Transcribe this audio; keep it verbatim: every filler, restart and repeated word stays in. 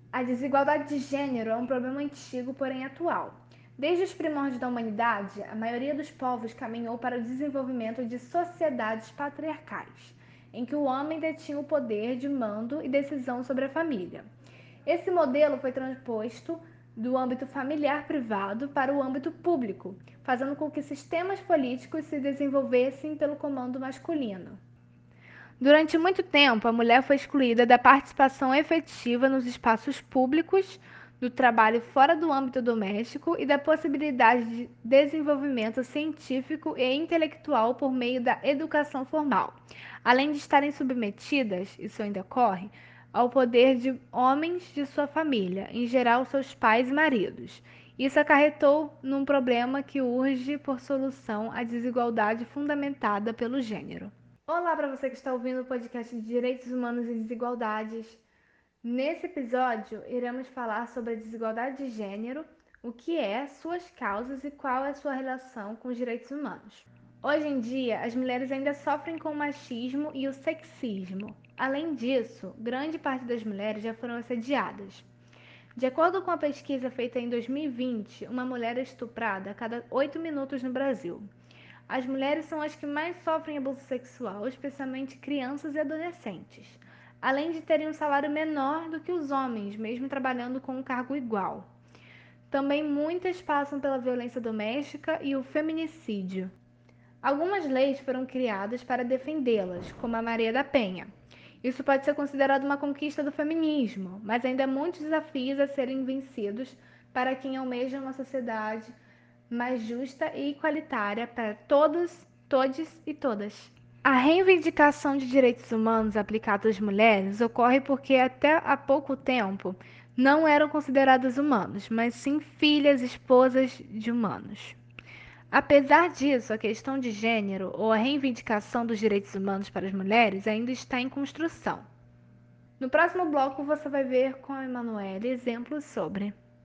A desigualdade de gênero é um problema antigo, porém atual. Desde os primórdios da humanidade, a maioria dos povos caminhou para o desenvolvimento de sociedades patriarcais, em que o homem detinha o poder de mando e decisão sobre a família. Esse modelo foi transposto do âmbito familiar privado para o âmbito público, fazendo com que sistemas políticos se desenvolvessem pelo comando masculino. Durante muito tempo, a mulher foi excluída da participação efetiva nos espaços públicos, do trabalho fora do âmbito doméstico e da possibilidade de desenvolvimento científico e intelectual por meio da educação formal, além de estarem submetidas, isso ainda ocorre, ao poder de homens de sua família, em geral seus pais e maridos. Isso acarretou num problema que urge por solução a desigualdade fundamentada pelo gênero. Olá para você que está ouvindo o podcast de Direitos Humanos e Desigualdades. Nesse episódio, iremos falar sobre a desigualdade de gênero, o que é, suas causas e qual é a sua relação com os direitos humanos. Hoje em dia, as mulheres ainda sofrem com o machismo e o sexismo. Além disso, grande parte das mulheres já foram assediadas. De acordo com a pesquisa feita em dois mil e vinte, uma mulher é estuprada a cada oito minutos no Brasil. As mulheres são as que mais sofrem abuso sexual, especialmente crianças e adolescentes, além de terem um salário menor do que os homens, mesmo trabalhando com um cargo igual. Também muitas passam pela violência doméstica e o feminicídio. Algumas leis foram criadas para defendê-las, como a Maria da Penha. Isso pode ser considerado uma conquista do feminismo, mas ainda há muitos desafios a serem vencidos para quem almeja uma sociedade mais justa e igualitária para todos, todes e todas. A reivindicação de direitos humanos aplicados às mulheres ocorre porque até há pouco tempo não eram consideradas humanos, mas sim filhas, esposas de humanos. Apesar disso, a questão de gênero ou a reivindicação dos direitos humanos para as mulheres ainda está em construção. No próximo bloco você vai ver com a Emanuele exemplos sobre